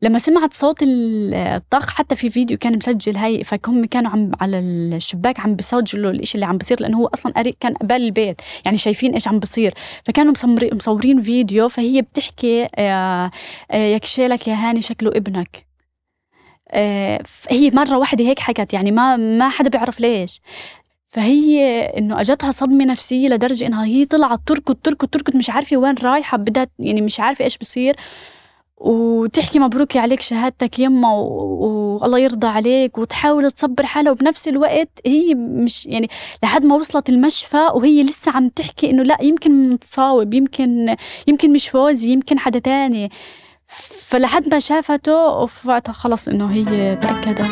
لما سمعت صوت الطخ، حتى في فيديو كان مسجل هاي، فهم كانوا عم على الشباك عم بيسجلوا الإشي اللي عم بصير، لأنه هو أصلا قريب كان قبال البيت، يعني شايفين إيش عم بصير. فكانوا مصورين فيديو، فهي بتحكي ياك شيلك يا هاني شكله ابنك. هي مرة واحدة هيك حكت، يعني ما حدا بيعرف ليش. فهي إنه أجتها صدمة نفسية لدرجة إنها هي طلعت تركض، مش عارفة وين رايحة، بدها يعني مش عارفة إيش بصير، وتحكي مبروك عليك شهادتك يما والله يرضى عليك، وتحاول تصبر حالها. وبنفس الوقت هي مش يعني لحد ما وصلت المشفى وهي لسه عم تحكي إنه لا يمكن متصاوب، يمكن مش فوزي، يمكن حدا تاني. فلحد ما شافته وفعتها خلص إنه هي تأكدت.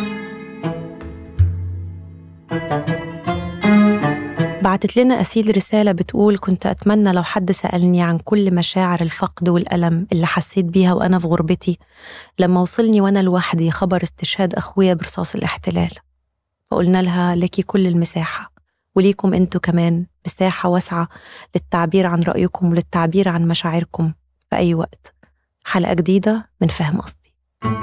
بعتت لنا أسيل رسالة بتقول: كنت أتمنى لو حد سألني عن كل مشاعر الفقد والألم اللي حسيت بيها وأنا في غربتي لما وصلني وأنا لوحدي خبر استشهاد أخويا برصاص الاحتلال. فقلنا لها: لكي كل المساحة، وليكم أنتوا كمان مساحة واسعة للتعبير عن رأيكم وللتعبير عن مشاعركم في أي وقت. حلقة جديدة من فهم قصدي.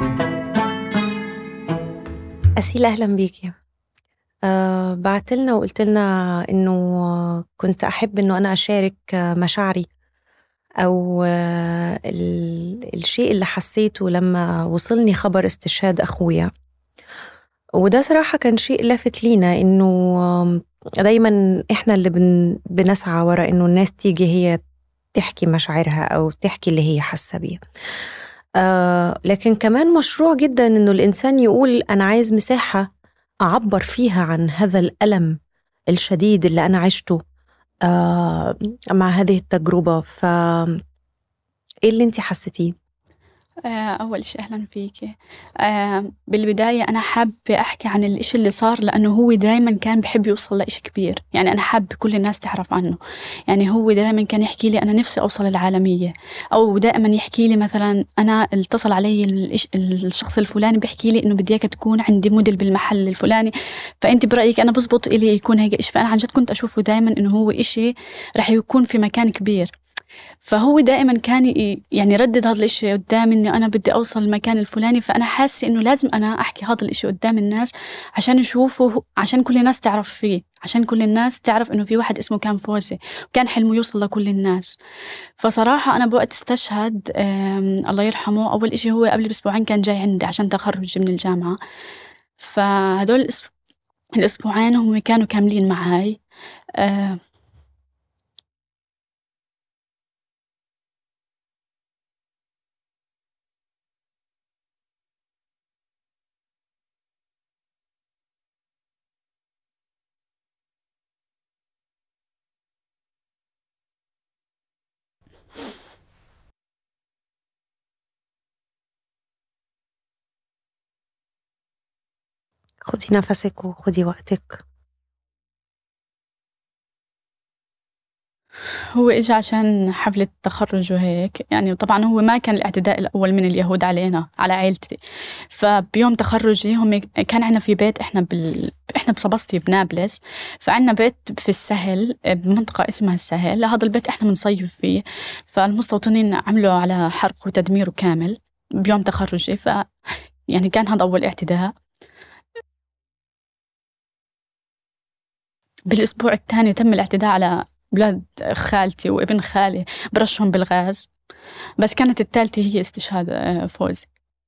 أسيل أهلا بيكي. بعتلنا وقلتلنا إنه كنت أحب إنه أنا أشارك مشاعري أو الشيء اللي حسيته لما وصلني خبر استشهاد أخويا. وده صراحة كان شيء لافت لينا، إنه دايما إحنا اللي بنسعى وراء إنه الناس تيجي هي تحكي مشاعرها أو تحكي اللي هي حاسة بيه. لكن كمان مشروع جدا إنه الإنسان يقول أنا عايز مساحة أعبر فيها عن هذا الألم الشديد اللي أنا عشته مع هذه التجربة. إيه اللي أنتي حسيتيه؟ أول شيء أهلا فيك. بالبداية أنا حابة أحكي عن الإشي اللي صار، لأنه هو دايما كان بحب يوصل لإشي كبير. يعني أنا حابة كل الناس تعرف عنه. يعني هو دايما كان يحكي لي أنا نفسي أوصل العالمية، أو دائما يحكي لي مثلا أنا اتصل علي الشخص الفلاني بيحكي لي إنه بدي إياك تكون عندي موديل بالمحل الفلاني، فأنت برأيك أنا بزبط إلي يكون هيك إشي. فأنا عن جد كنت أشوفه دايما إنه هو إشي رح يكون في مكان كبير. فهو دائما كان يعني يردد هذا الاشي قدام اني انا بدي اوصل المكان الفلاني. فانا حاسه انه لازم انا احكي هذا الاشي قدام الناس عشان يشوفوا، عشان كل الناس تعرف فيه، عشان كل الناس تعرف انه في واحد اسمه كان فوزي وكان حلمه يوصل لكل الناس. فصراحه انا بوقت استشهد الله يرحمه، اول اشي هو قبل باسبوعين كان جاي عندي عشان تخرج من الجامعه. فهدول الاسبوعين هم كانوا كاملين معاي. خدي نفسك وخدي وقتك. هو إجا عشان حفلة تخرج وهيك يعني. طبعا هو ما كان الاعتداء الأول من اليهود علينا، على عائلتي. فبيوم تخرجي هم كان عنا في بيت، إحنا بصبستي بنابلس، فعنا بيت في السهل بمنطقة اسمها السهل. هذا البيت إحنا بنصيف فيه. فالمستوطنين عملوا على حرق وتدميره كامل بيوم تخرجي. يعني كان هذا أول اعتداء. بالأسبوع الثاني تم الاعتداء على أولاد خالتي وابن خالي، برشهم بالغاز. بس كانت الثالثة هي استشهاد فوزي.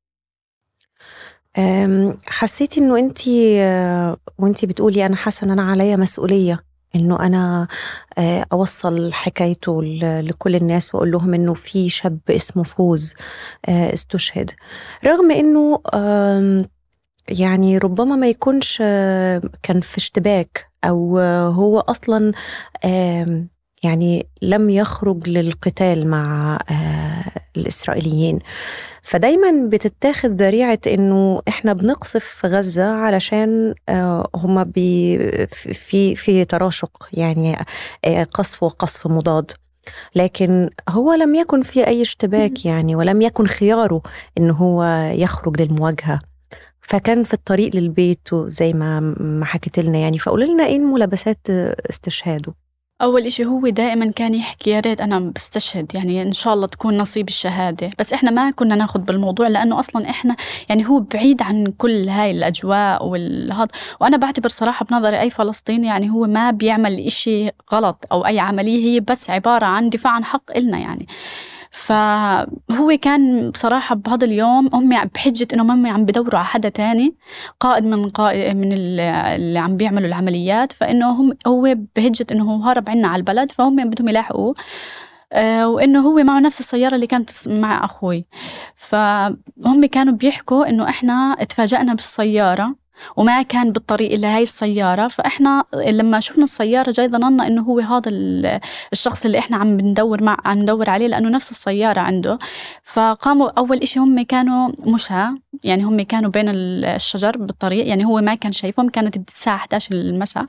حسيتي انه انتي وانتي بتقولي انا حاسة ان انا عليا مسؤولية انه انا اوصل حكايته لكل الناس واقول لهم انه في شاب اسمه فوز استشهد، رغم انه يعني ربما ما يكونش كان في اشتباك او هو اصلا يعني لم يخرج للقتال مع الإسرائيليين. فدايما بتتاخد ذريعة إنه إحنا بنقصف غزة علشان هما في تراشق، يعني قصف وقصف مضاد. لكن هو لم يكن في أي اشتباك يعني، ولم يكن خياره إنه هو يخرج للمواجهة. فكان في الطريق للبيت زي ما حكيت لنا يعني. فقولوا لنا إيه ملابسات استشهاده؟ أول إشي هو دائما كان يحكي يا ريت أنا بستشهد، يعني إن شاء الله تكون نصيب الشهادة، بس إحنا ما كنا ناخد بالموضوع لأنه أصلا إحنا يعني هو بعيد عن كل هاي الأجواء والهذا. وأنا بعتبر صراحة بنظري أي فلسطيني يعني هو ما بيعمل إشي غلط أو أي عملية، هي بس عبارة عن دفاع عن حق إلنا يعني. فهو كان بصراحة بهذا اليوم هم بحجة إنهم هم عم بدوروا على حدا تاني قائد من اللي عم بيعملوا العمليات، فإنه هو بحجة إنه هو هرب عنا على البلد، فهم بدهم يلاحقوه. وإنه هو معه نفس السيارة اللي كانت مع أخوي. فهم كانوا بيحكوا إنه إحنا اتفاجأنا بالسيارة وما كان بالطريق إلا هاي السيارة، فإحنا لما شفنا السيارة جاي ظننا إنه هو هذا الشخص اللي إحنا عم ندور عليه لأنه نفس السيارة عنده. فقاموا أول إشي هم كانوا مشاة، يعني هم كانوا بين الشجر بالطريق، يعني هو ما كان شايفهم، كانت الساعة 11 المساء.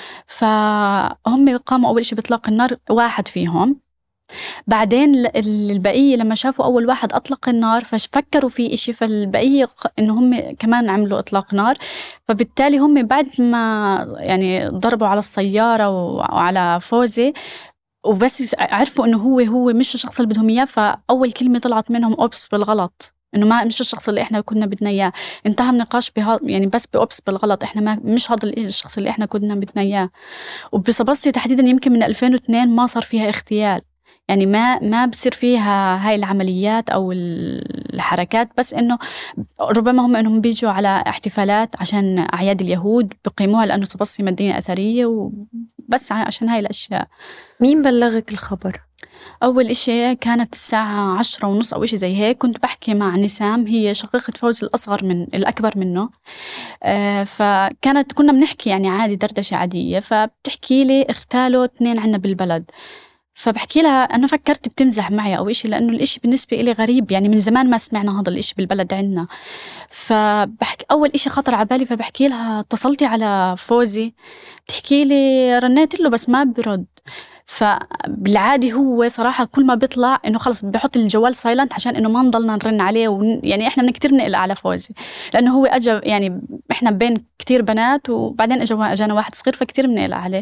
فهم قاموا أول إشي بإطلاق النار واحد فيهم. بعدين البقية لما شافوا أول واحد أطلق النار ففكروا في إشي، فالبقية إنه هم كمان عملوا إطلاق نار. فبالتالي هم بعد ما يعني ضربوا على السيارة وعلى فوزي وبس عرفوا إنه هو مش الشخص اللي بدهم إياه، فأول كلمة طلعت منهم أوبس بالغلط، إنه ما مش الشخص اللي إحنا كنا بدنا إياه. انتهى النقاش يعني بس بأوبس بالغلط، إحنا ما مش هذا الشخص اللي إحنا كنا بدنا إياه. وبصباصي تحديدا يمكن من 2002 ما صار فيها اغتيال، يعني ما بصير فيها هاي العمليات أو الحركات، بس إنه ربما هم إنهم بيجوا على احتفالات عشان أعياد اليهود بقيموها لأنه صبصي مدينة أثرية وبس عشان هاي الأشياء. مين بلغك الخبر؟ أول إشي كانت الساعة 10:30 أو إشي زي هيك، كنت بحكي مع نسام هي شقيقة فوز الأكبر منه. فكانت كنا بنحكي يعني عادي دردشة عادية، فبتحكي لي اغتالوا 2 عنا بالبلد. فبحكي لها أنا فكرت بتمزح معي أو إشي، لأنه الإشي بالنسبة إلي غريب، يعني من زمان ما سمعنا هذا الإشي بالبلد عنا. فبحكي أول إشي خطر على بالي، فبحكي لها اتصلتي على فوزي؟ بتحكي لي رنيت له بس ما برد. فبالعادي هو صراحة كل ما بيطلع إنه خلص بحط الجوال سايلنت عشان إنه ما نضلنا نرن عليه يعني إحنا كتير نقلق على فوزي لأنه هو أجا، يعني إحنا بين كتير بنات وبعدين أجانا واحد صغير فكتير بنقلق عليه.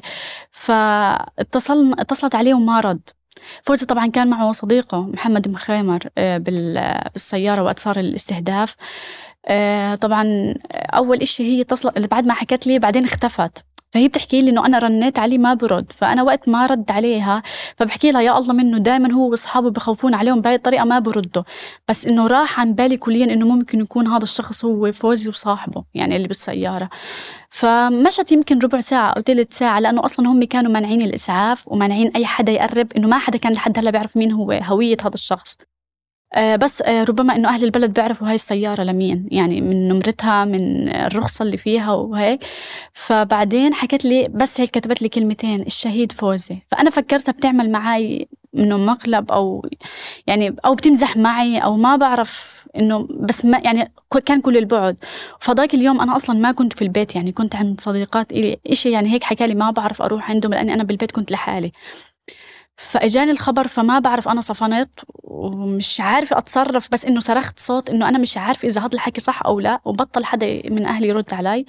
اتصلت عليه وما رد. فوزي طبعا كان معه صديقه محمد مخيمر بالسيارة وقت صار الاستهداف. طبعا أول إشي هي اتصلت بعد ما حكت لي بعدين اختفت، فهي بتحكي لي إنه أنا رنيت عليه ما برد. فأنا وقت ما رد عليها فبحكي لها يا الله منه دائما هو وأصحابه بخوفون عليهم بهاي الطريقة ما بردوا، بس إنه راح عن بالي كليا إنه ممكن يكون هذا الشخص هو فوزي وصاحبه يعني اللي بالسيارة. فمشت يمكن ربع ساعة أو 3 ساعة لأنه أصلا هم كانوا مانعين الإسعاف ومانعين أي حدا يقرب، إنه ما حدا كان لحد هلا بيعرف مين هو هوية هذا الشخص. بس ربما إنه أهل البلد بيعرفوا هاي السيارة لمين، يعني من نمرتها من الرخصة اللي فيها وهيك. فبعدين حكت لي بس هيك كتبت لي كلمتين الشهيد فوزي، فأنا فكرتها بتعمل معي إنه مقلب أو يعني أو بتمزح معي أو ما بعرف إنه، بس ما يعني كان كل البعد. فضاك اليوم أنا أصلا ما كنت في البيت، يعني كنت عند صديقات إلي إشي يعني هيك حكالي ما بعرف أروح عندهم لأني أنا بالبيت كنت لحالي. فاجاني الخبر فما بعرف انا صفنت ومش عارفه اتصرف، بس انه صرخت صوت انه انا مش عارف اذا هذا الحكي صح او لا، وبطل حدا من اهلي يرد علي.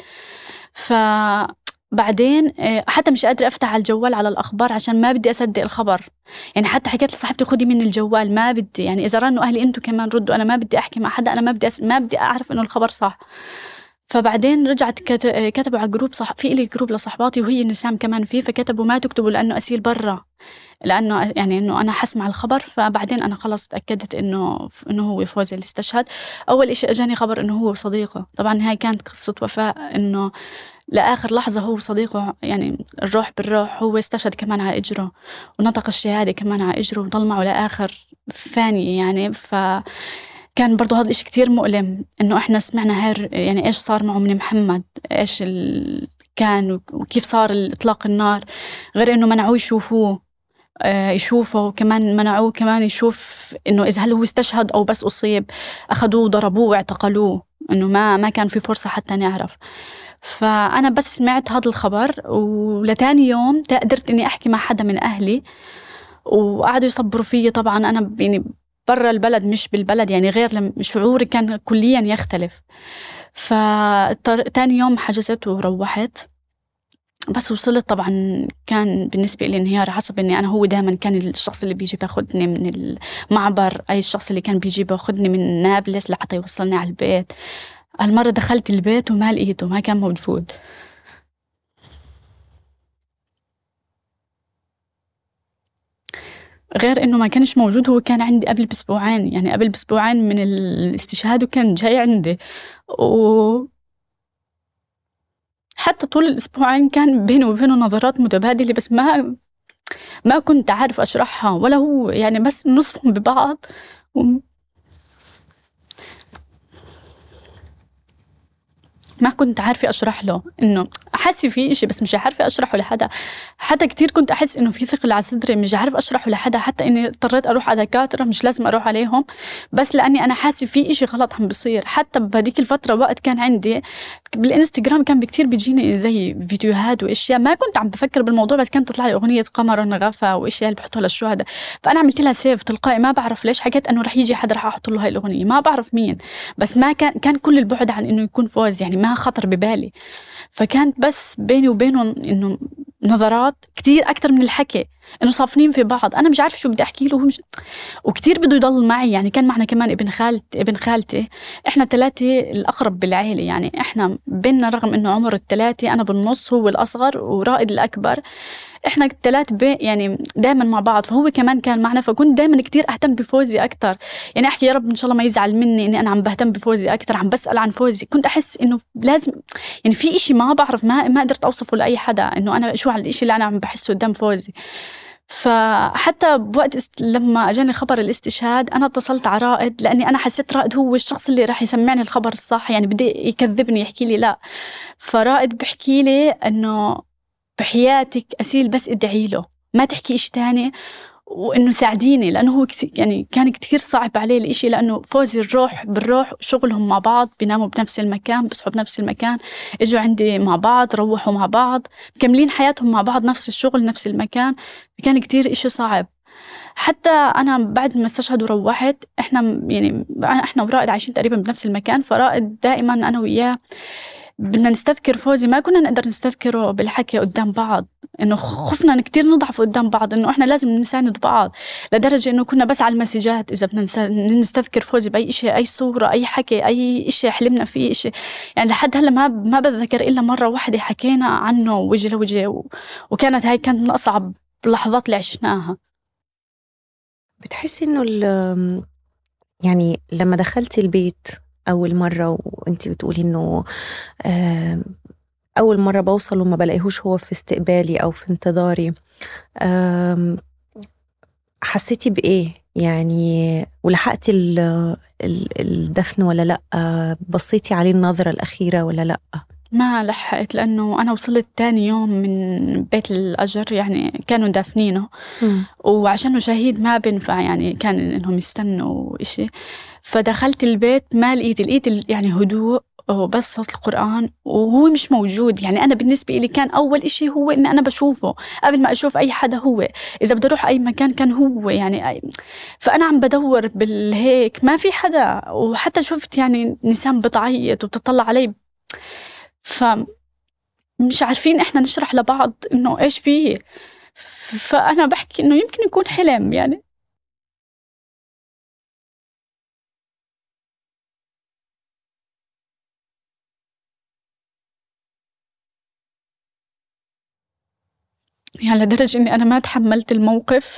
فبعدين حتى مش قادرة أفتح على الجوال على الأخبار عشان ما بدي أصدق الخبر، يعني حتى حكيت لصاحبتي خدي مني الجوال ما بدي، يعني إذا رنوا أهلي أنتوا كمان ردوا، أنا ما بدي أحكي مع حدا، أنا ما بدي أعرف إنه الخبر صح. فبعدين رجعت كتبوا على جروب في إلي جروب لصحباتي وهي نسام كمان فيه، فكتبوا ما تكتبوا لأنه أسيل برا، لأنه يعني إنه أنا حسمع الخبر. فبعدين أنا خلص تأكدت إنه هو فوزي اللي استشهد. أول إشي أجاني خبر إنه هو صديقه، طبعا هاي كانت قصة وفاء، إنه لآخر لحظة هو صديقه يعني الروح بالروح هو استشهد كمان على إجره ونطق الشهادة كمان على إجره وضل معه لآخر ثانية يعني. كان برضو هذا الإشي كتير مؤلم إنه إحنا سمعنا يعني إيش صار معه من محمد، إيش كان وكيف صار إطلاق النار، غير إنه منعوه يشوفه كمان، منعوه كمان يشوف إنه إذا هل هو استشهد أو بس أصيب. أخذوه وضربوه واعتقلوه، إنه ما كان في فرصة حتى نعرف. فأنا بس سمعت هذا الخبر ولتاني يوم قدرت إني أحكي مع حدا من أهلي وقعدوا يصبروا فيي. طبعا أنا يعني برا البلد مش بالبلد، يعني غير لما شعوري كان كليا يختلف. فتاني يوم حجزت وروحت. بس وصلت طبعا كان بالنسبة لي انهيار عصبي. اني انا هو دائما كان الشخص اللي بيجي باخدني من المعبر، اي الشخص اللي كان بيجي باخدني من نابلس لحتى يوصلني على البيت. هالمرة دخلت البيت وما لقيته، ما كان موجود. غير انه ما كانش موجود، هو كان عندي قبل باسبوعين، يعني قبل باسبوعين من الاستشهاد وكان جاي عندي. و حتى طول الاسبوعين كان بيني وبينه نظرات متبادلة، بس ما كنت عارف اشرحها ولا هو، يعني بس نصفهم ببعض. ما كنت عارفة أشرح له إنه أحس في إشي، بس مش عارفة أشرحه لحدا. حتى كتير كنت أحس إنه في ثقل على صدري، مش عارف أشرحه لحدا، حتى إني اضطريت أروح على دكاترة مش لازم أروح عليهم، بس لأني أنا حاسة في إشي غلط عم بصير. حتى بهديك الفترة وقت كان عندي بالإنستغرام كان كتير بيجيني زي فيديوهات وإشياء، ما كنت عم بفكر بالموضوع، بس كانت تطلع لي أغنية قمر ونغفى وإشياء اللي بحطوها للشهداء. فأنا عملت لها سيف تلقائي، ما بعرف ليش، حكيت إنه رح يجي حدا رح أحط له هاي الأغنية، ما بعرف مين، بس ما كان كل البعد عن إنه يكون فوز، يعني ما خطر ببالي. فكانت بس بيني وبينه إنه نظرات كتير أكتر من الحكي، إنه صافنين في بعض، أنا مش عارفة شو بدي أحكي له، هو مش، وكتير بده يضل معي. يعني كان معنا كمان ابن خالتي، إحنا 3 الأقرب بالعائلة، يعني إحنا بيننا رغم إنه عمر ال3، أنا بالنص، هو الأصغر ورائد الأكبر، إحنا ال3 يعني دائما مع بعض. فهو كمان كان معنا، فكنت دائما كتير أهتم بفوزي أكتر، يعني أحكي يا رب إن شاء الله ما يزعل مني إني أنا عم بهتم بفوزي أكتر، عم بسأل عن فوزي. كنت أحس إنه لازم، يعني في إشي ما بعرف، ما قدرت أوصفه لأي حدا، إنه أنا شو على الإشي اللي أنا عم بحسه قدام فوزي. فحتى بوقت لما أجاني خبر الاستشهاد أنا اتصلت على رائد، لأني أنا حسيت رائد هو الشخص اللي راح يسمعني الخبر الصح، يعني بدي يكذبني يحكي لي لا. فرائد بحكي لي إنه بحياتك أسيل بس ادعي له، ما تحكي إيش تاني، وإنه ساعديني، لأنه هو يعني كان كتير صعب عليه الإشي، لأنه فوزي الروح بالروح، شغلهم مع بعض، بيناموا بنفس المكان، بيصحوا بنفس المكان، إجوا عندي مع بعض، روحوا مع بعض، مكملين حياتهم مع بعض، نفس الشغل نفس المكان. كان كتير إشي صعب. حتى أنا بعد ما استشهد وروحت، إحنا ورائد عايشين تقريبا بنفس المكان، فرائد دائما أنا وياه بدنا نستذكر فوزي، ما كنا نقدر نستذكره بالحكي قدام بعض، إنه خفنا كتير نضعف قدام بعض، إنه إحنا لازم نساند بعض، لدرجة إنه كنا بس على المسجات إذا بدنا نستذكر فوزي بأي شيء، أي صورة، أي حكي، أي شيء حلمنا فيه شيء. يعني لحد هلا ما بتذكر إلا مرة واحدة حكينا عنه وجه لوجه، وكانت من أصعب اللحظات اللي عشناها. بتحسي إنه يعني لما دخلتي البيت أول مرة وأنتي بتقولي إنه آم، أول مرة بوصل وما بلاقيهوش هو في استقبالي أو في انتظاري، آم، حسيتي بإيه يعني؟ ولحقتي الدفن ولا لأ؟ بصيتي عليه النظرة الأخيرة ولا لأ؟ ما لحقت، لأنه أنا وصلت تاني يوم من بيت الأجر، يعني كانوا دافنينه، وعشانه شهيد ما بنفع، يعني كان إنهم يستنوا إشي. فدخلت البيت ما لقيت يعني هدوء وبس صوت القرآن، وهو مش موجود. يعني أنا بالنسبة لي كان أول إشي هو إن أنا بشوفه قبل ما أشوف أي حدا، هو إذا بدي أروح أي مكان كان هو، يعني فأنا عم بدور بالهيك ما في حدا، وحتى شفت يعني نسان بتعيط وبتطلع علي، فمش عارفين إحنا نشرح لبعض إنه إيش فيه. فأنا بحكي إنه يمكن يكون حلم يعني. يعني لدرجة إني أنا ما تحملت الموقف،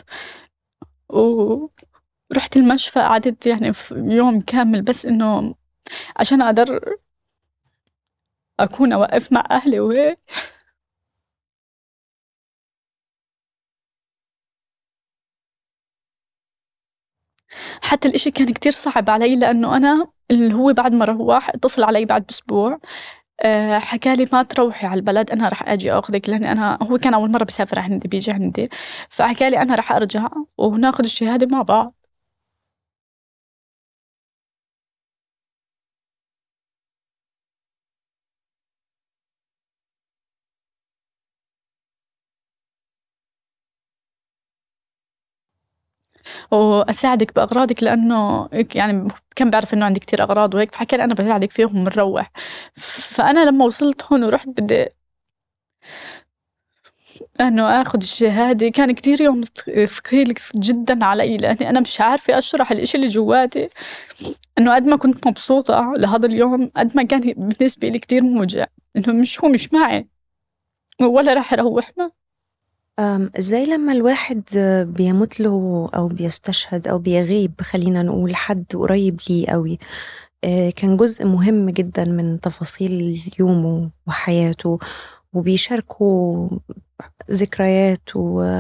ورحت المشفى، قعدت يعني في يوم كامل بس إنه عشان أقدر أكون أوقف مع أهلي وهيك. حتى الإشي كان كتير صعب علي، لأنه أنا اللي هو بعد ما روح اتصل علي بعد بأسبوع، حكى لي ما تروحي على البلد، أنا رح أجي أخذك، لأني هو كان أول مرة بيسافر عندي، بيجي عندي، فحكى لي أنا رح أرجع وناخذ الشهادة مع بعض. وأساعدك بأغراضك، لأنه يعني كان بعرف إنه عندي كتير أغراض وهيك، فحكى لي أنا بساعدك فيهم بنروح. فأنا لما وصلت هون ورحت بدي انه اخذ الشهاده كان كتير يوم ثقيل جدا علي، لاني انا مش عارفه اشرح الاشي اللي جواتي. انه قد ما كنت مبسوطه لهذا اليوم، قد ما كان بالنسبه لي كتير موجع انه هو مش معي ولا راح اروح معه. ازاي لما الواحد بيموت له او بيستشهد او بيغيب، خلينا نقول حد قريب ليه قوي، كان جزء مهم جدا من تفاصيل يومه وحياته، وبيشاركوا ذكريات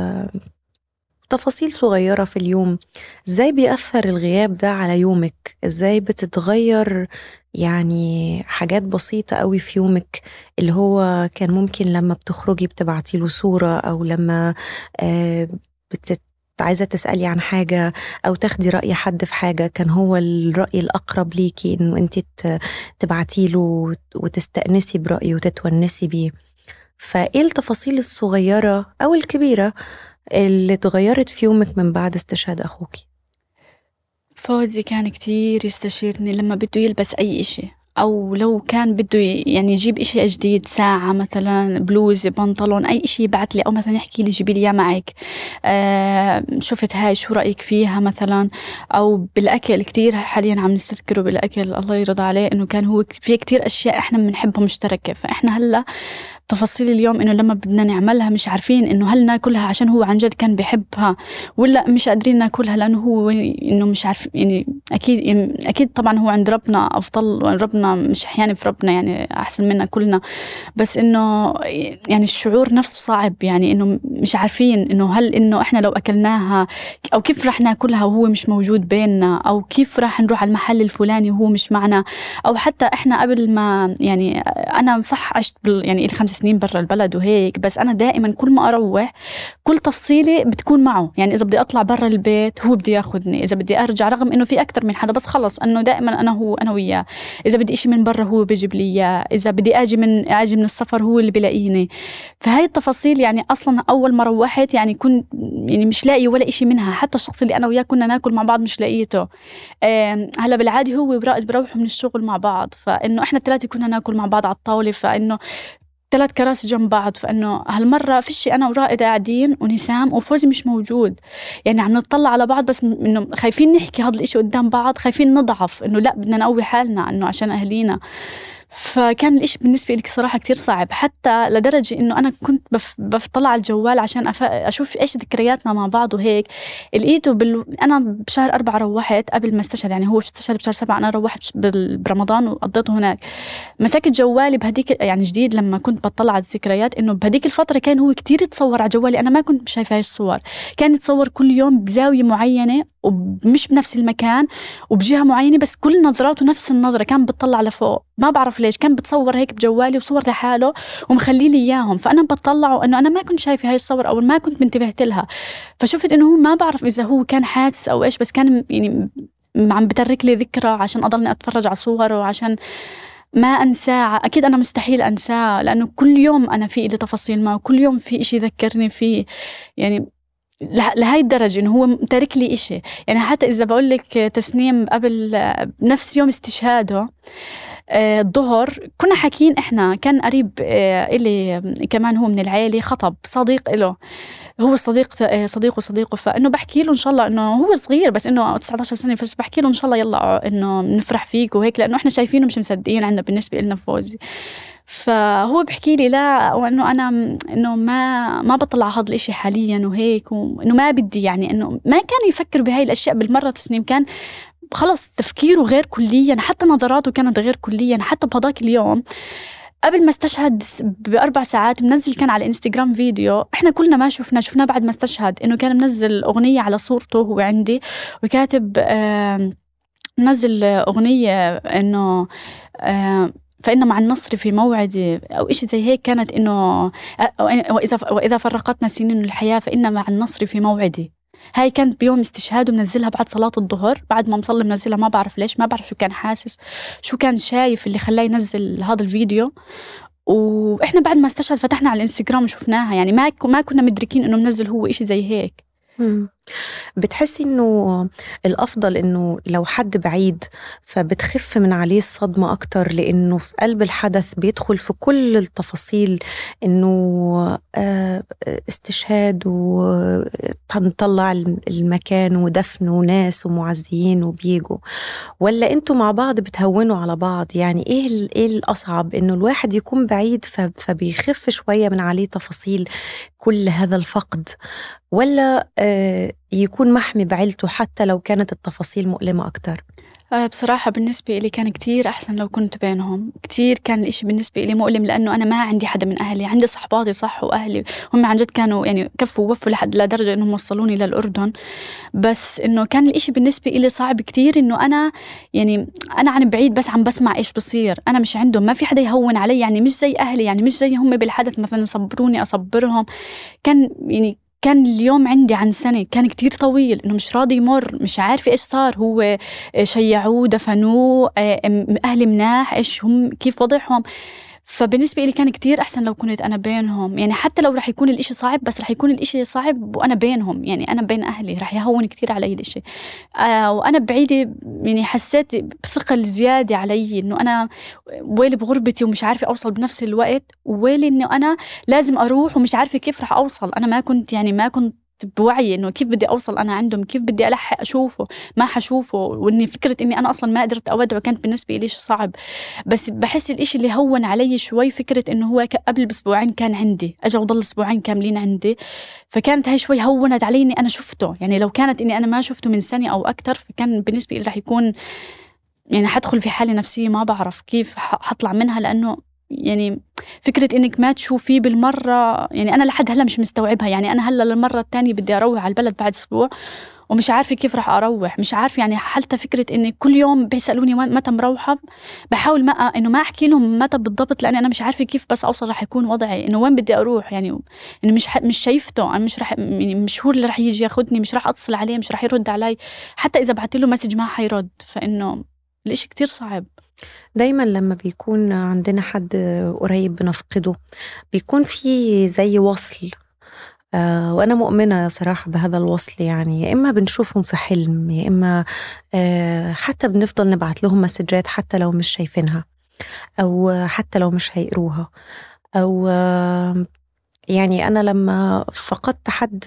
وتفاصيل صغيرة في اليوم، ازاي بيأثر الغياب ده على يومك؟ ازاي بتتغير يعني حاجات بسيطة قوي في يومك، اللي هو كان ممكن لما بتخرجي بتبعتي له صورة، او لما آه، عايزة تسألي عن حاجة أو تاخدي رأي حد في حاجة، كان هو الرأي الأقرب ليكي إنه أنت تبعتي له وتستأنسي برأيه وتتونسي بيه. فإيه التفاصيل الصغيرة أو الكبيرة اللي اتغيرت في يومك من بعد استشهاد أخوكي؟ فوزي كان كتير يستشيرني لما بده يلبس أي إشي، أو لو كان بده يعني يجيب إشي جديد، ساعة مثلا، بلوزة، بنطلون، أي إشي يبعت لي، أو مثلا يحكي لي جيبي لي إياه معك، شفت هاي شو رأيك فيها مثلا. أو بالأكل كتير حاليا عم نستذكره بالأكل، الله يرضى عليه، إنه كان هو في كتير أشياء إحنا بنحبها مشتركة، فإحنا هلا تفاصيل اليوم إنه لما بدنا نعملها مش عارفين إنه هل ناكلها عشان هو عن جد كان بيحبها، ولا مش قادرين ناكلها لأنه هو إنه مش عارف. يعني أكيد طبعا هو عند ربنا أفضل، ربنا مش أحيانا في ربنا يعني أحسن منا كلنا، بس إنه يعني الشعور نفسه صعب، يعني إنه مش عارفين إنه هل إنه إحنا لو أكلناها أو كيف رح ناكلها وهو مش موجود بيننا، أو كيف رح نروح على المحل الفلاني وهو مش معنا. أو حتى إحنا قبل ما يعني أنا صح عشت يعني 5 سنين برا البلد وهيك، بس أنا دائما كل ما أروح كل تفصيلة بتكون معه. يعني إذا بدي أطلع برا البيت هو بدي ياخدني، إذا بدي أرجع رغم إنه في أكتر من حدا، بس خلص إنه دائما أنا وياه. إذا بدي إشي من برا هو بيجيب لي إياه، إذا بدي أجي من السفر هو اللي بلاقيني. فهاي التفاصيل يعني أصلا أول ما روحت يعني كنت يعني مش لاقي ولا إشي منها، حتى الشخص اللي أنا وياه كنا ناكل مع بعض مش لاقيته. هلا بالعادي هو ورائد بروحوا من الشغل مع بعض، فإنه إحنا الثلاثة كنا ناكل مع بعض على الطاولة، فإنه 3 كراسي جنب بعض. فإنه هالمرة فيش أنا ورائد قاعدين ونسام وفوزي مش موجود، يعني عم نطلع على بعض بس إنه خايفين نحكي هذا الإشي قدام بعض، خايفين نضعف، إنه لا بدنا نقوي حالنا إنه عشان أهلينا. فكان الإشي بالنسبة لي صراحة كتير صعب، حتى لدرجة إنه أنا كنت بطلع على الجوال عشان أشوف إيش ذكرياتنا مع بعض وهيك. لقيته أنا بشهر 4 روحت قبل ما استشهد، يعني هو استشهد بشهر 7، أنا روحت برمضان وقضيته هناك. مسكت جوالي بهديك يعني جديد لما كنت بطلع على الذكريات، إنه بهديك الفترة كان هو كتير يتصور على جوالي، أنا ما كنت شايفة هاي الصور. كان يتصور كل يوم بزاوية معينة ومش بنفس المكان وبجهة معينة، بس كل نظراته نفس النظرة، كان بتطلع لفوق، ما بعرف ليش كان بتصور هيك بجوالي وصور لحاله ومخلي لي إياهم. فأنا بطلعه إنه أنا ما كنت شايفة هاي الصور أو ما كنت منتبهت لها. فشفت إنه هو ما بعرف إذا هو كان حاسس أو إيش، بس كان يعني عم بترك لي ذكرى عشان أضلني أتفرج على صوره وعشان ما أنساه. أكيد أنا مستحيل أنساه، لأنه كل يوم أنا في إلي تفاصيل معه، كل يوم في إشي يذكرني فيه، يعني لهاي الدرجة إنه هو تارك لي إشي. يعني حتى إذا بقول لك تسنيم قبل نفس يوم استشهاده الظهر كنا حاكين، إحنا كان قريب إلي كمان، هو من العائلة، خطب صديق إله، هو صديقه، فإنه بحكي له إن شاء الله، إنه هو صغير بس إنه 19 سنة، بس بحكي له إن شاء الله يلا إنه نفرح فيك وهيك، لأنه إحنا شايفينه مش مصدقين عنا بالنسبة لنا فوزي. فهو بحكي لي لا، وإنه أنا إنه ما بطلع هذا الإشي حاليا وهيك، وإنه ما بدي، يعني إنه ما كان يفكر بهاي الأشياء بالمرة. تسنيم كان خلص تفكيره غير كليا، حتى نظراته كانت غير كليا. حتى بهذاك اليوم قبل ما استشهد ب4 ساعات منزل كان على الانستغرام فيديو، احنا كلنا ما شفناه بعد ما استشهد، انه كان منزل اغنية على صورته هو عندي، وكاتب منزل اغنية انه فإن مع النصر في موعد أو إشي زي هيك، كانت إنه وإذا فرقتنا سنين الحياة فإن مع النصر في موعدي. هاي كانت بيوم استشهاده، منزلها بعد صلاة الظهر، بعد ما مصلي منزلها، ما بعرف ليش، ما بعرف شو كان حاسس، شو كان شايف اللي خلاه ينزل هذا الفيديو. وإحنا بعد ما استشهد فتحنا على الانستغرام وشفناها، يعني ما كنا مدركين إنه منزل هو إشي زي هيك. بتحسي إنه الأفضل إنه لو حد بعيد فبتخف من عليه الصدمة أكتر لإنه في قلب الحدث بيدخل في كل التفاصيل، إنه استشهاد وطلع المكان ودفن وناس ومعزيين وبيجوا، ولا أنتوا مع بعض بتهونوا على بعض؟ يعني إيه الأصعب، إنه الواحد يكون بعيد فبيخف شوية من عليه تفاصيل كل هذا الفقد، ولا يكون محمي بعيلته حتى لو كانت التفاصيل مؤلمة أكتر؟ بصراحة بالنسبة إلي كان كتير أحسن لو كنت بينهم. كتير كان الإشي بالنسبة إلي مؤلم لأنه أنا ما عندي حدا من أهلي. عندي صحباتي صح وأهلي هم عن جد كانوا يعني كفوا ووفوا لدرجة إنهم وصلوني للأردن، بس إنه كان الإشي بالنسبة إلي صعب كتير. إنه أنا يعني أنا عن بعيد بس عم بسمع إيش بصير، أنا مش عندهم، ما في حدا يهون علي. يعني مش زي أهلي، يعني مش زي هم بالحدث مثلا يصبروني أصبرهم. كان اليوم عندي عن سنة، كان كتير طويل، إنه مش راضي يمر، مش عارفة إيش صار. هو شيعوه دفنوه، أهلي مناح، إيش هم كيف وضعهم. فبالنسبة لي كان كتير أحسن لو كنت أنا بينهم. يعني حتى لو رح يكون الإشي صعب، بس رح يكون الإشي صعب وأنا بينهم، يعني أنا بين أهلي، رح يهون كتير علي الإشي. وأنا بعيدة يعني حسيت بثقل زيادة علي، إنه أنا ويلي بغربتي ومش عارفة أوصل بنفس الوقت، ويلي إنه أنا لازم أروح ومش عارفة كيف رح أوصل. أنا ما كنت بوعي إنه كيف بدي أوصل أنا عندهم، كيف بدي ألحق أشوفه، ما حشوفه. وإني فكرة إني أنا أصلا ما قدرت أودعه كانت بالنسبة لي صعب. بس بحس الإشي اللي هون علي شوي فكرة إنه هو قبل بأسبوعين كان عندي، أجا وضل أسبوعين كاملين عندي، فكانت هاي شوي هونت علي إني أنا شفته. يعني لو كانت إني أنا ما شفته من سنة أو أكتر، فكان بالنسبة لي رح يكون يعني حدخل في حالة نفسية ما بعرف كيف حطلع منها. لأنه يعني فكرة إنك ما تشوفيه بالمرة، يعني أنا لحد هلا مش مستوعبها. يعني أنا هلا للمرة الثانية بدي أروح على البلد بعد أسبوع ومش عارفة كيف رح أروح، مش عارفة. يعني حتى فكرة إني كل يوم بيسألوني متى مروحة، بحاول إنه ما أحكي لهم متى بالضبط، لأن أنا مش عارفة كيف بس أوصل رح يكون وضعي، إنه وين بدي أروح. يعني إنه مش شايفته، أنا مش رح، يعني مش هو اللي رح يجي ياخدني، مش رح أتصل عليه، مش رح يرد علي. حتى إذا بعت له مسج ما حيرد. فإنه الإشي كتير صعب. دايما لما بيكون عندنا حد قريب بنفقده بيكون في زي وصل، وأنا مؤمنة صراحة بهذا الوصل. يعني يا إما بنشوفهم في حلم، يا إما حتى بنفضل نبعت لهم مسجات حتى لو مش شايفينها، أو حتى لو مش هيقروها، أو يعني أنا لما فقدت حد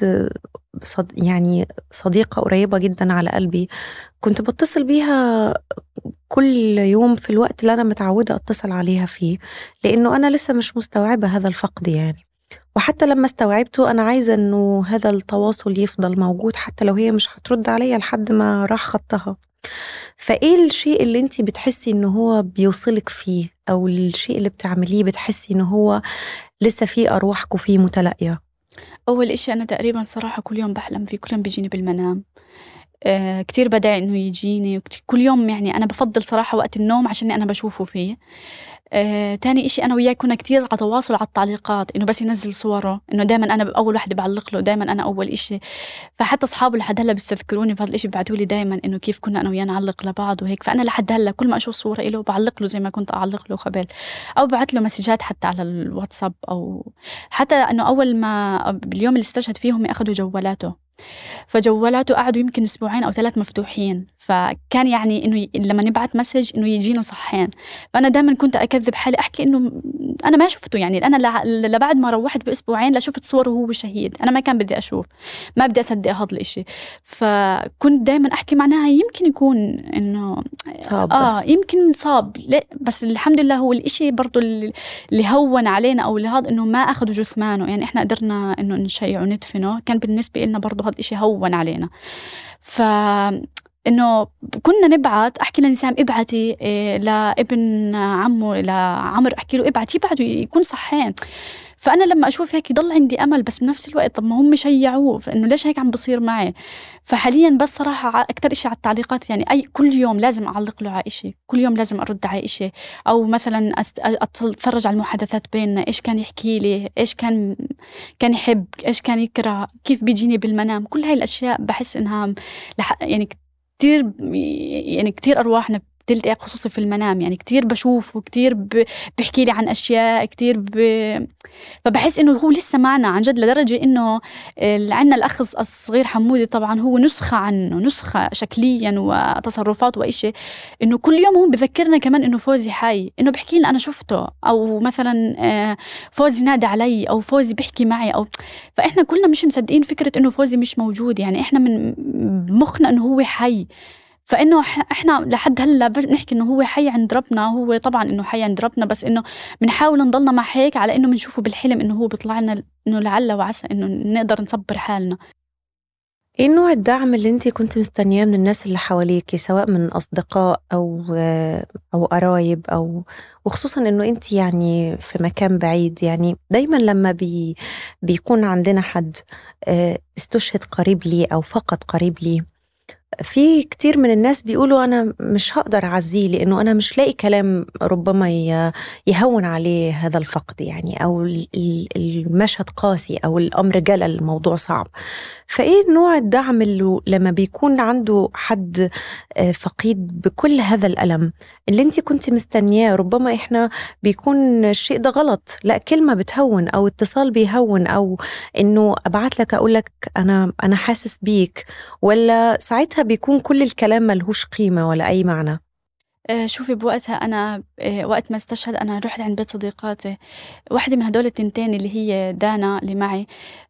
يعني صديقة قريبة جدا على قلبي، كنت بتصل بيها كل يوم في الوقت اللي أنا متعودة أتصل عليها فيه، لأنه أنا لسه مش مستوعبة هذا الفقد يعني. وحتى لما استوعبته أنا عايزة أنه هذا التواصل يفضل موجود حتى لو هي مش هترد عليا لحد ما راح خطها. فإيه الشيء اللي انتي بتحسي أنه هو بيوصلك فيه، أو الشيء اللي بتعمليه بتحسي أنه هو لسه فيه أرواحكم فيه متلاقية؟ أول إشي أنا تقريبا صراحة كل يوم بحلم فيه، كل يوم بيجيني بالمنام. كتير بدعي إنه يجيني، كل يوم. يعني أنا بفضل صراحة وقت النوم عشان أنا بشوفه فيه. تاني إشي أنا وياه كنا كتير على تواصل على التعليقات، إنه بس ينزل صوره، إنه دايما أنا أول واحدة بعلق له، دايما أنا أول إشي. فحتى أصحابه لحد هلا بيستذكروني بهذا الإشي، بيبعتوا لي دايما إنه كيف كنا أنا وياه نعلق لبعض وهيك. فأنا لحد هلا كل ما أشوف صورة إله بعلق له زي ما كنت أعلق له قبل، أو بعت له مسجات حتى على الواتساب. أو حتى إنه أول ما باليوم اللي استشهد فيهم أخذوا جوالاته، فجوالاته قعدوا يمكن أسبوعين أو 3 مفتوحين. فكان يعني إنه لما نبعت مسج إنه يجينا صحين. فأنا دائما كنت أكذب حالي أحكي إنه أنا ما شفته. يعني أنا لبعد ما روحت بأسبوعين لشفت صوره وهو شهيد، أنا ما كان بدي أشوف، ما بدي أصدق هذا الإشي. فكنت دائما أحكي معناها يمكن يكون إنه صعب بس. يمكن صاب. لا بس الحمد لله هو الإشي برضو اللي هون علينا أو اللي هذا إنه ما أخذوا جثمانه. يعني إحنا قدرنا إنه نشيع وندفنه، كان بالنسبة لنا برضو هذا الإشي هون علينا. ف إنه كنا نبعت، أحكي لنسام ابعتي لابن عمه لعمر، أحكي له يبعتوا يكون صحين. فأنا لما أشوف هيك يضل عندي أمل، بس بنفس الوقت طب ما هم شيعوه، فإنه ليش هيك عم بصير معي. فحاليا بس صراحة أكتر إشي على التعليقات. يعني كل يوم لازم أعلق له على إشي، كل يوم لازم أرد على إشي، أو مثلا أتفرج على المحادثات بيننا، إيش كان يحكي لي، إيش كان يحب، إيش كان يكره، كيف بيجيني بالمنام. كل هاي الأشياء بحس إنها يعني كتير أرواحنا تلت خصوصي في المنام، يعني كتير بشوف وكتير بحكي لي عن أشياء كتير فبحس إنه هو لسه معنا عن جد، لدرجة إنه عندنا الأخ الصغير حمودي طبعا هو نسخة عنه، نسخة شكليا وتصرفات وإشي، إنه كل يوم هو بذكرنا كمان إنه فوزي حي، إنه بحكي لنا أنا شفته، أو مثلا فوزي نادى علي، أو فوزي بيحكي معي، أو فإحنا كلنا مش مصدقين فكرة إنه فوزي مش موجود، يعني إحنا من مخنا إنه هو حي. فإنه إحنا لحد هلا بنحكي إنه هو حي عند ربنا، هو طبعا إنه حي عند ربنا، بس إنه بنحاول نضلنا مع هيك على إنه بنشوفه بالحلم إنه هو بيطلع لنا، إنه لعل وعسى إنه نقدر نصبر حالنا. ايه نوع الدعم اللي انتي كنت مستنياه من الناس اللي حواليكي، سواء من أصدقاء أو قرايب، وخصوصا انه انتي يعني في مكان بعيد؟ يعني دايما لما بيكون عندنا حد استشهد قريب لي أو فقد قريب لي، في كتير من الناس بيقولوا أنا مش هقدر أعزيه لأنه أنا مش لاقي كلام ربما يهون عليه هذا الفقد، يعني أو المشهد قاسي أو الأمر جلل، الموضوع صعب. فإيه نوع الدعم اللي لما بيكون عنده حد فقيد بكل هذا الألم اللي انتي كنت مستنياه؟ ربما إحنا بيكون الشيء ده غلط، لا كلمة بتهون أو اتصال بيهون، أو إنه أبعت لك أقول لك أنا حاسس بيك، ولا ساعتها بيكون كل الكلام ملهوش قيمة ولا أي معنى؟ شوفي بوقتها أنا وقت ما استشهد أنا رحت عند بيت صديقاتي، واحدة من هدول التنتين اللي هي دانا اللي معي،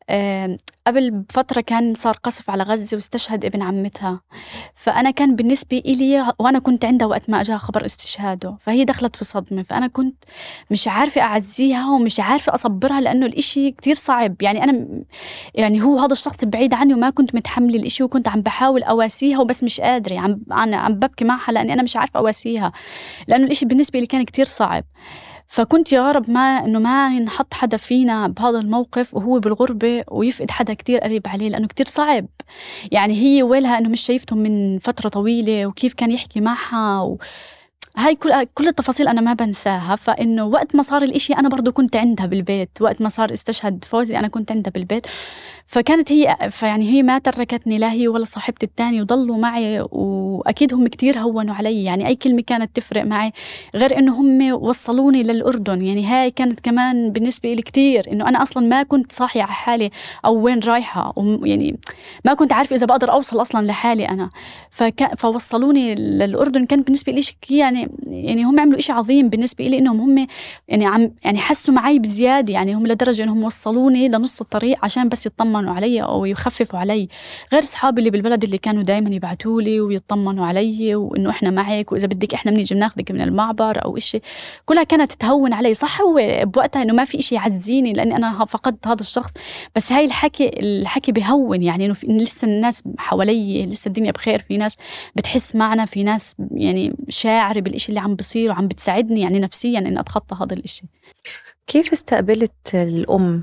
قبل بفترة كان صار قصف على غزة واستشهد ابن عمتها، فأنا كان بالنسبة إلي، وأنا كنت عندها وقت ما أجاها خبر استشهاده، فهي دخلت في صدمة، فأنا كنت مش عارفة أعزيها ومش عارفة أصبرها لأنه الإشي كتير صعب. يعني أنا يعني هو هذا الشخص بعيد عني وما كنت متحملة الإشي، وكنت عم بحاول أواسيها وبس مش قادرة، عم ببكي معها لأني أنا مش عارفة أواسيها، لأنه الإشي بالنسبة لي كان كتير صعب. فكنت يا رب إنه ما ينحط حدا فينا بهذا الموقف وهو بالغربة ويفقد حدا كتير قريب عليه، لأنه كتير صعب. يعني هي ويلها إنه مش شايفتهم من فترة طويلة وكيف كان يحكي معها، هاي كل التفاصيل أنا ما بنساها. فإنه وقت ما صار الإشي أنا برضو كنت عندها بالبيت، وقت ما صار استشهد فوزي أنا كنت عندها بالبيت، فكانت هي يعني هي ما تركتني، لا هي ولا صاحبتي التانية، وضلوا معي، وأكيد هم كتير هونوا علي، يعني أي كلمة كانت تفرق معي، غير إنه هم وصلوني للأردن. يعني هاي كانت كمان بالنسبة لي كتير، إنه أنا أصلا ما كنت صاحية على حالي أو وين رايحة، يعني ما كنت عارفة إذا بقدر أوصل أصلا لحالي أنا، فوصلوني للأردن. كان بالنسبة لي شيء يعني هم عملوا إشي عظيم بالنسبة لي، إنهم هم يعني حسوا معي بزيادة، يعني هم لدرجة إنهم وصلوني لنص الطريق عشان بس يطمنوا علي أو يخففوا علي، غير أصحابي اللي بالبلد اللي كانوا دايما يبعتوا لي ويطمنوا علي وإنه إحنا معك، وإذا بدك إحنا بنيجي بناخدك من المعبر أو إشي، كلها كانت تهون علي. صح هو بوقتها إنه ما في إشي يعزيني لأني أنا فقدت هذا الشخص، بس هاي الحكي بهون، يعني إنه لسه الناس حوالي، لسه الدنيا بخير، في ناس بتحس معنا، في ناس يعني شاعرة بالإشي اللي عم بصير وعم بتساعدني يعني نفسيا إن أتخطى هذا الإشي. كيف استقبلت الأم؟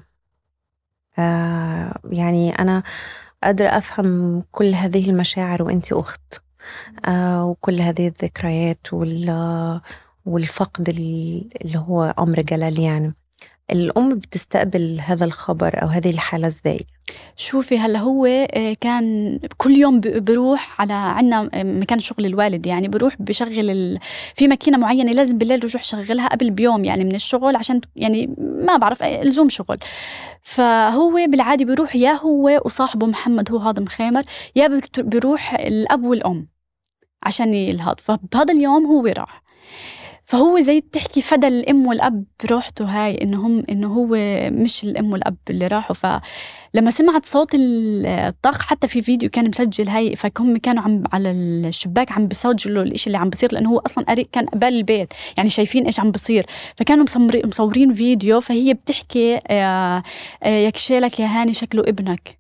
يعني أنا قادرة أفهم كل هذه المشاعر وأنتي أخت، وكل هذه الذكريات والفقد اللي هو أمر جلل. يعني الأم بتستقبل هذا الخبر أو هذه الحالة إزاي؟ شوفي هلا هو كان كل يوم بروح على عنا مكان شغل الوالد، يعني بروح بشغل في ماكينة معينة لازم بالليل رجوع شغلها قبل بيوم يعني من الشغل، عشان يعني ما بعرف لزوم شغل. فهو بالعادي بروح يا هو وصاحبه محمد، هو هذا مخيمر، يا بروح الأب والأم عشان يلهض. فبهذا اليوم هو راح، فهو زي تحكي فدى الأم والأب بروحته هاي، إنه هو مش الأم والأب اللي راحوا. فلما سمعت صوت الطخ، حتى في فيديو كان مسجل هاي، فهم كانوا عم على الشباك عم بيسجلوا الإشي اللي عم بصير، لأنه هو أصلا قريب كان قبال البيت، يعني شايفين إيش عم بصير، فكانوا مصورين فيديو. فهي بتحكي يكشيلك يا هاني شكله ابنك.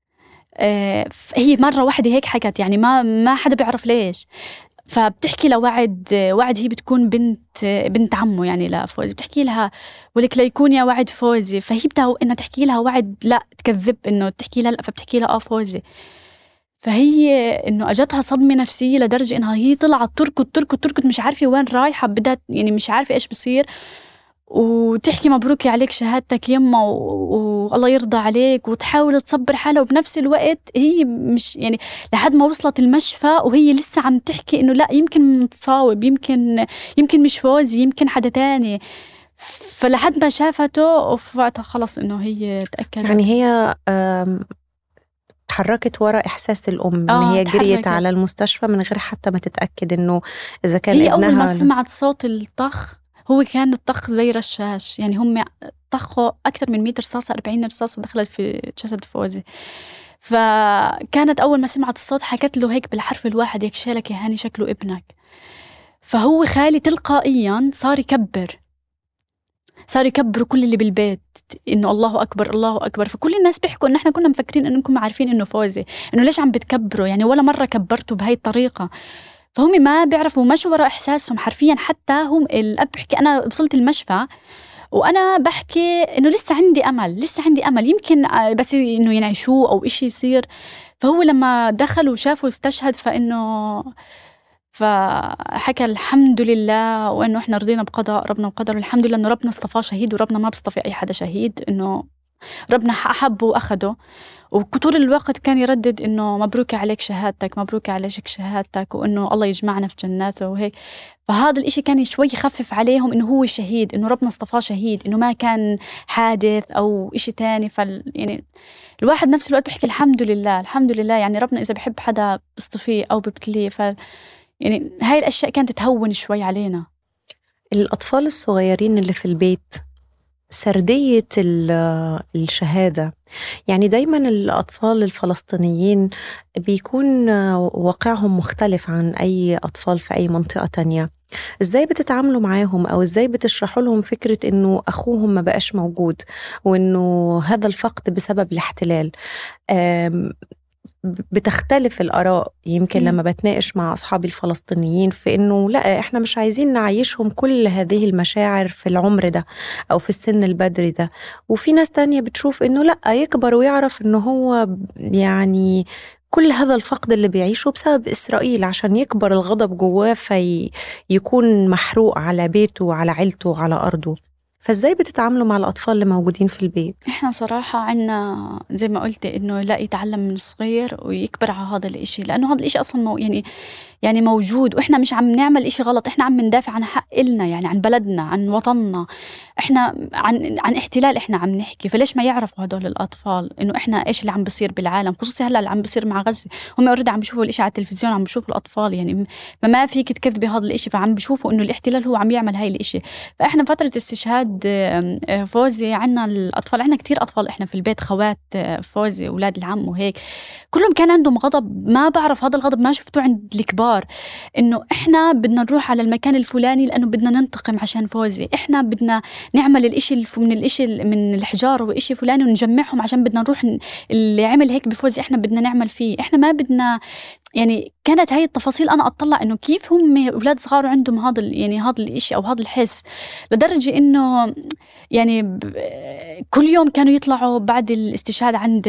هي مرة واحدة هيك حكت، يعني ما حدا بيعرف ليش. فبتحكي لوعد، وعد هي بتكون بنت عمه يعني لفوزي، بتحكي لها ولك ليكون يا وعد فوزي، فهي بدها انها تحكي لها وعد لا تكذب، انه تحكي لها لا، فبتحكي لها فوزي. فهي انه اجتها صدمه نفسيه لدرجه انها هي طلعت تركض تركض تركض، مش عارفه وين رايحه، بدها يعني مش عارفه ايش بصير. وتحكي مبروك عليك شهادتك يما والله يرضى عليك، وتحاول تصبر حالها، وبنفس الوقت هي مش يعني لحد ما وصلت المشفى وهي لسه عم تحكي إنه لا يمكن متصاوب، يمكن مش فوزي، يمكن حدا تاني. فلحد ما شافته وفقتها خلص إنه هي تأكدت. يعني هي تحركت ورا إحساس الأم إن هي جريت تحركت على المستشفى من غير حتى ما تتأكد إنه إذا كان هي أول ما ابنها سمعت صوت الطخ، هو كان الطخ زي رشاش، يعني هم طخوا أكثر من 100 رصاصة، 40 رصاصة دخلت في جسد فوزي. فكانت أول ما سمعت الصوت حكت له هيك بالحرف الواحد، هيك شالك يا هاني شكله ابنك. فهو خالي تلقائيا صار يكبروا كل اللي بالبيت إنه الله أكبر الله أكبر. فكل الناس بيحكوا إن إحنا كنا مفكرين إنكم عارفين إنه فوزي، إنه ليش عم بتكبروا، يعني ولا مرة كبرتوا بهاي الطريقة. فهم ما بيعرفوا، مشوا وراء إحساسهم حرفيا. حتى هم الأب بحكي أنا وصلت المشفى وأنا بحكي إنه لسه عندي أمل يمكن بس إنه ينعشوه أو إشي يصير. فهو لما دخل وشافه استشهد فحكى الحمد لله، وإنه إحنا رضينا بقضاء ربنا وقدره. الحمد لله إنه ربنا اصطفاه شهيد، وربنا ما بيصطفي أي حدا شهيد، إنه ربنا أحبه وأخده. وطول الوقت كان يردد إنه مبروك عليك شهادتك، مبروك عليك شهادتك، وإنه الله يجمعنا في جناته وهيك. فهذا الإشي كان شوي يخفف عليهم إنه هو شهيد، إنه ربنا اصطفاه شهيد، إنه ما كان حادث أو إشي تاني. يعني الواحد نفس الوقت بيحكي الحمد لله الحمد لله، يعني ربنا إذا بحب حدا بيصطفيه أو ببتليه. يعني هاي الأشياء كانت تهون شوي علينا. الأطفال الصغيرين اللي في البيت سردية الشهادة، يعني دايما الأطفال الفلسطينيين بيكون واقعهم مختلف عن أي أطفال في أي منطقة تانية. إزاي بتتعاملوا معاهم أو إزاي بتشرحوا لهم فكرة إنه أخوهم ما بقاش موجود وإنه هذا الفقد بسبب الاحتلال؟ بتختلف الآراء يمكن لما بتناقش مع أصحابي الفلسطينيين في إنه لا إحنا مش عايزين نعيشهم كل هذه المشاعر في العمر ده أو في السن البدري ده. وفي ناس تانية بتشوف إنه لا يكبر ويعرف إنه هو يعني كل هذا الفقد اللي بيعيشه بسبب إسرائيل، عشان يكبر الغضب جواه يكون محروق على بيته وعلى عيلته وعلى أرضه. فإزاي بتتعاملوا مع الأطفال اللي موجودين في البيت؟ إحنا صراحة عنا زي ما قلت إنه لا، يتعلم من الصغير ويكبر على هذا الإشي، لأنه هذا الإشي أصلا يعني موجود، وإحنا مش عم نعمل إشي غلط. إحنا عم ندافع عن حق إلنا، يعني عن بلدنا، عن وطننا. إحنا عن احتلال إحنا عم نحكي. فليش ما يعرفوا هدول الأطفال إنه إحنا إيش اللي عم بيصير بالعالم، خصوصا هلا اللي عم بيصير مع غزة. هم أوريدي عم بيشوفوا الإشي على التلفزيون، عم بيشوفوا الأطفال، يعني فما فيك تكذبي هذا الإشي. فعم بيشوفوا إنه الاحتلال هو عم يعمل هاي الإشي. فإحنا فترة استشهاد فوزي عنا الأطفال، عنا كتير أطفال إحنا في البيت، خوات فوزي، أولاد العم وهيك، كلهم كان عندهم غضب. ما بعرف هذا الغضب ما شفته عند الكبار، إنه إحنا بدنا نروح على المكان الفلاني لأنه بدنا ننتقم عشان فوزي، إحنا بدنا نعمل من الحجار وإشي فلاني ونجمعهم عشان بدنا نروح اللي عمل هيك بفوزي إحنا بدنا نعمل فيه. إحنا ما بدنا، يعني كانت هاي التفاصيل أنا أطلع إنه كيف هم أولاد صغار عندهم هذا الإشي أو هذا الحس، لدرجة إنه يعني كل يوم كانوا يطلعوا بعد الاستشهاد عند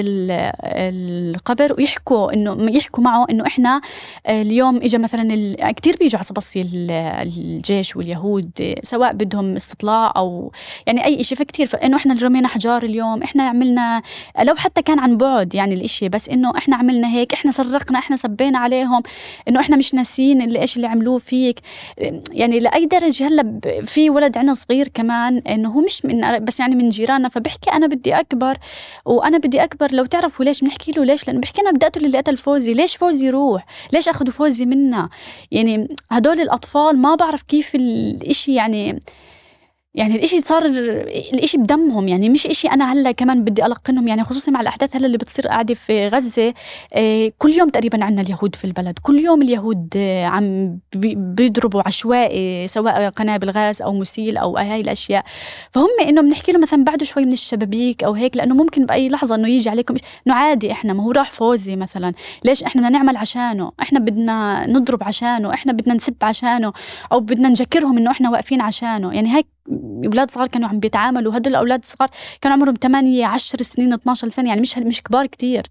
القبر يحكوا معه إنه إحنا اليوم إجا مثلا كتير بيجوا على صبصي الجيش واليهود، سواء بدهم استطلاع أو يعني أي إشي. فكتير فإنه إحنا رمينا حجار اليوم، إحنا عملنا لو حتى كان عن بعد يعني الإشي، بس إنه إحنا عملنا هيك، إحنا سرقنا، إحنا سبينا عليهم، إنه إحنا مش ناسين إيش اللي عملوه فيك. يعني لأي درجة هلا في ولد عنا صغير كمان إنه هو مش من بس يعني من جيراننا، فبحكي أنا بدي أكبر وأنا بدي أكبر. لو تعرفوا ليش بنحكي له ليش، لأنه بحكي أنا بدي أقتل اللي قتل فوزي، ليش فوزي يروح، ليش أخذوا فوزي منا. يعني هدول الأطفال ما بعرف كيف الإشي، يعني الإشي صار الإشي بدمهم، يعني مش إشي أنا هلا كمان بدي ألقنهم. يعني خصوصا مع الأحداث هلا اللي بتصير قاعدة في غزة، كل يوم تقريبا عنا اليهود في البلد، كل يوم اليهود عم بيضربوا عشوائي، سواء قنابل غاز أو مسيل أو هاي الأشياء. فهم إنه بنحكي له مثلا بعده شوي من الشبابيك أو هيك، لأنه ممكن بأي لحظة إنه يجي عليكم إنه عادي، إحنا ما هو راح فوزي مثلا، ليش إحنا بدنا نعمل عشانه، إحنا بدنا نضرب عشانه، إحنا بدنا نسب عشانه، أو بدنا نذكرهم إنه إحنا واقفين عشانه. يعني هيك أولاد صغار كانوا عم بيتعاملوا. هدول الأولاد الصغار كانوا عمرهم 8 10 سنين 12 سنة، يعني مش كبار كتير.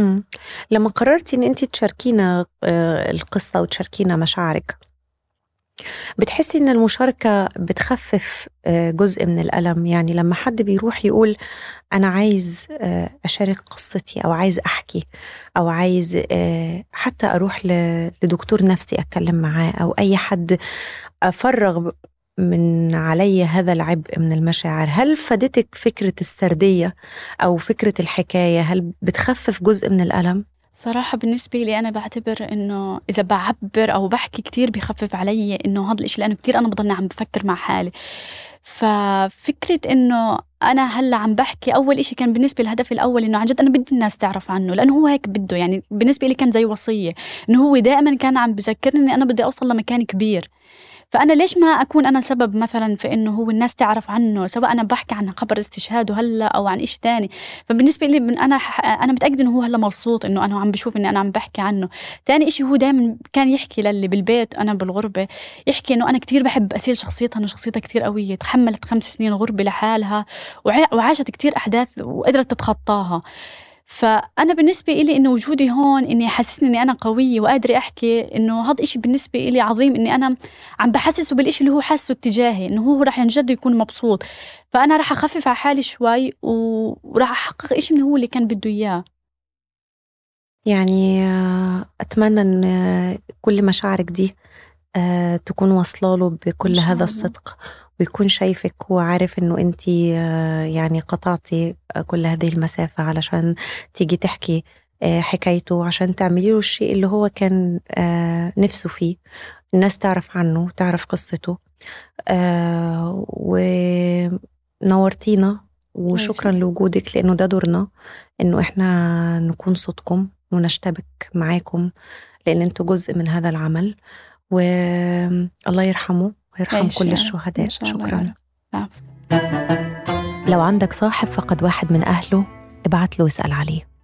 لما قررتي إن أنتي تشاركينا القصة وتشاركينا مشاعرك، بتحسي إن المشاركة بتخفف جزء من الألم؟ يعني لما حد بيروح يقول أنا عايز أشارك قصتي، أو عايز أحكي، أو عايز حتى أروح لدكتور نفسي أتكلم معاه، أو أي حد أفرغ من علي هذا العبء من المشاعر، هل فادتك فكرة السردية أو فكرة الحكاية؟ هل بتخفف جزء من الألم؟ صراحة بالنسبة لي أنا بعتبر إنه إذا بعبر أو بحكي كتير بيخفف علي إنه هذا الإشي، لأنه كتير أنا بضلني عم بفكر مع حالي. ففكرة إنه أنا هلا عم بحكي، أول إشي كان بالنسبة للهدف الأول إنه عن جد أنا بدي الناس تعرف عنه، لأنه هو هيك بده. يعني بالنسبة لي كان زي وصية، إنه هو دائما كان عم بذكرني إني أنا بدي أوصل لمكان كبير. فأنا ليش ما أكون أنا سبب مثلا في إنه هو الناس تعرف عنه، سواء أنا بحكي عن خبر استشهاده هلا أو عن إيش تاني. فبالنسبة لي أنا متأكدة إنه هو هلا مبسوط إنه أنا عم بشوف إني أنا عم بحكي عنه. تاني إشي، هو دائما كان يحكي للي بالبيت أنا بالغربة، يحكي إنه أنا كتير بحب أسيل شخصيتها، إنه شخصيتها كتير قوية، تحملت 5 سنين غربة لحالها وعاشت كتير أحداث وقدرت تتخطاها. فأنا بالنسبة إلي إنه وجودي هون إني يحسسني إني أنا قوية وقادرة أحكي، إنه هذا إشي بالنسبة إلي عظيم، إني أنا عم بحسسه بالإشي اللي هو حاسه اتجاهي، إنه هو رح ينجد يكون مبسوط. فأنا رح أخفف على حالي شوي ورح أحقق إشي من هو اللي كان بده إياه. يعني أتمنى أن كل مشاعرك دي تكون واصلة له إن بكل شاء هذا الله. الصدق، ويكون شايفك وعارف انه انتي يعني قطعتي كل هذه المسافة علشان تيجي تحكي حكايته، عشان تعملي له الشيء اللي هو كان نفسه فيه، الناس تعرف عنه، تعرف قصته. ونورتينا، الله وشكرا يسعدك. لوجودك، لأنه ده دورنا، إنه إحنا نكون صوتكم ونشتبك معاكم، لأن أنتوا جزء من هذا العمل. والله يرحمه ويرحم عيش كل يا رب إن الشهداء. شاء الله يا شكرا. رب. العفو. لو عندك صاحب فقد واحد من أهله، ابعت له واسأل عليه.